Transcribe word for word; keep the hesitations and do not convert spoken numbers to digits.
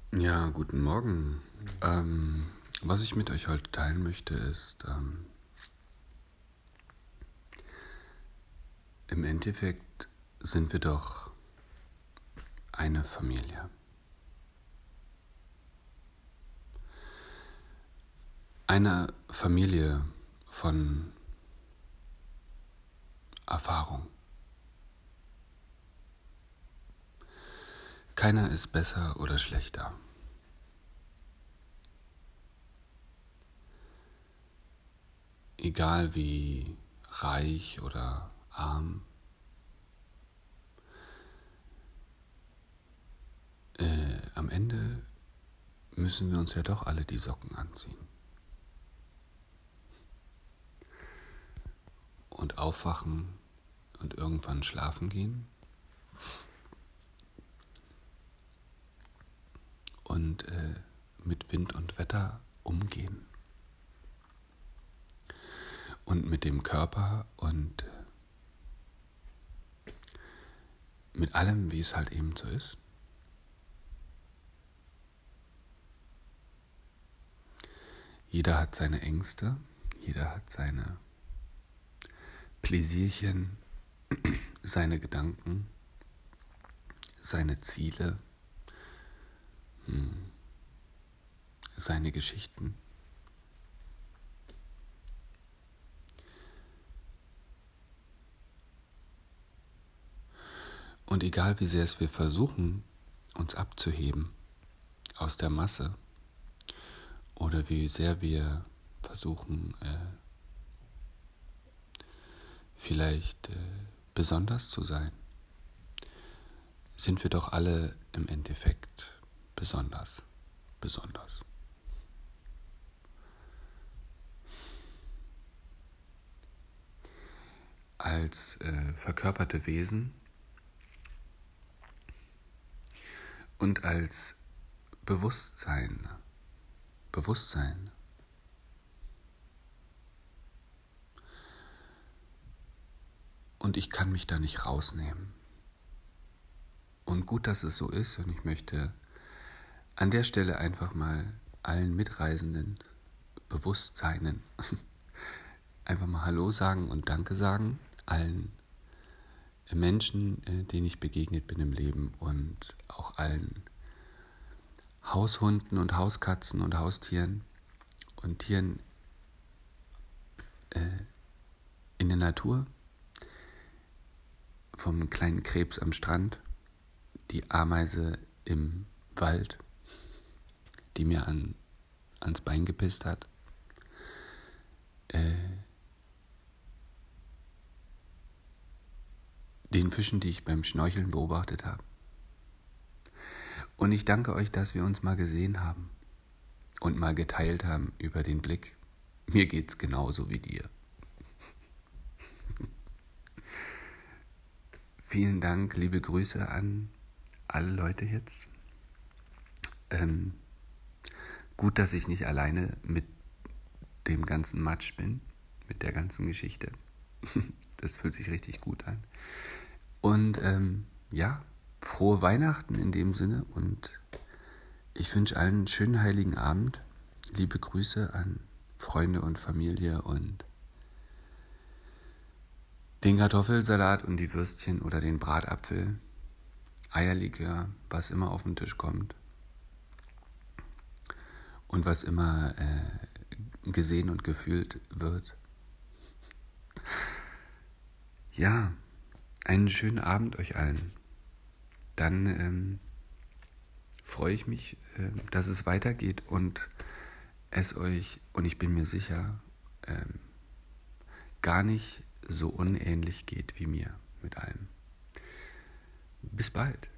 Ja, guten Morgen. Ähm, was ich mit euch heute teilen möchte, ist, ähm, im Endeffekt sind wir doch eine Familie. Eine Familie von Erfahrung. Keiner ist besser oder schlechter. Egal wie reich oder arm, äh, am Ende müssen wir uns ja doch alle die Socken anziehen. Und aufwachen und irgendwann schlafen gehen. Und äh, mit Wind und Wetter umgehen. Und mit dem Körper und mit allem, wie es halt eben so ist. Jeder hat seine Ängste, jeder hat seine Pläsierchen, seine Gedanken, seine Ziele, seine Geschichten. Und egal wie sehr es wir versuchen, uns abzuheben aus der Masse, oder wie sehr wir versuchen, äh, vielleicht äh, besonders zu sein, sind wir doch alle im Endeffekt besonders, besonders. Als äh, verkörperte Wesen und als Bewusstsein, Bewusstsein. Und ich kann mich da nicht rausnehmen. Und gut, dass es so ist, und ich möchte an der Stelle einfach mal allen Mitreisenden, Bewusstseinen, einfach mal Hallo sagen und Danke sagen, allen Menschen, denen ich begegnet bin im Leben, und auch allen Haushunden und Hauskatzen und Haustieren und Tieren äh, in der Natur, vom kleinen Krebs am Strand, die Ameise im Wald, die mir an, ans Bein gepisst hat, äh, den Fischen, die ich beim Schnorcheln beobachtet habe. Und ich danke euch, dass wir uns mal gesehen haben und mal geteilt haben über den Blick. Mir geht's genauso wie dir. Vielen Dank, liebe Grüße an alle Leute jetzt. Ähm, gut, dass ich nicht alleine mit dem ganzen Matsch bin, mit der ganzen Geschichte. Das fühlt sich richtig gut an. Und ähm, ja, frohe Weihnachten in dem Sinne, und ich wünsche allen einen schönen heiligen Abend. Liebe Grüße an Freunde und Familie und den Kartoffelsalat und die Würstchen oder den Bratapfel, Eierlikör, was immer auf den Tisch kommt und was immer äh, gesehen und gefühlt wird. Ja, einen schönen Abend euch allen. Dann ähm, freue ich mich, äh, dass es weitergeht und es euch, und ich bin mir sicher, ähm, gar nicht so unähnlich geht wie mir mit allem. Bis bald.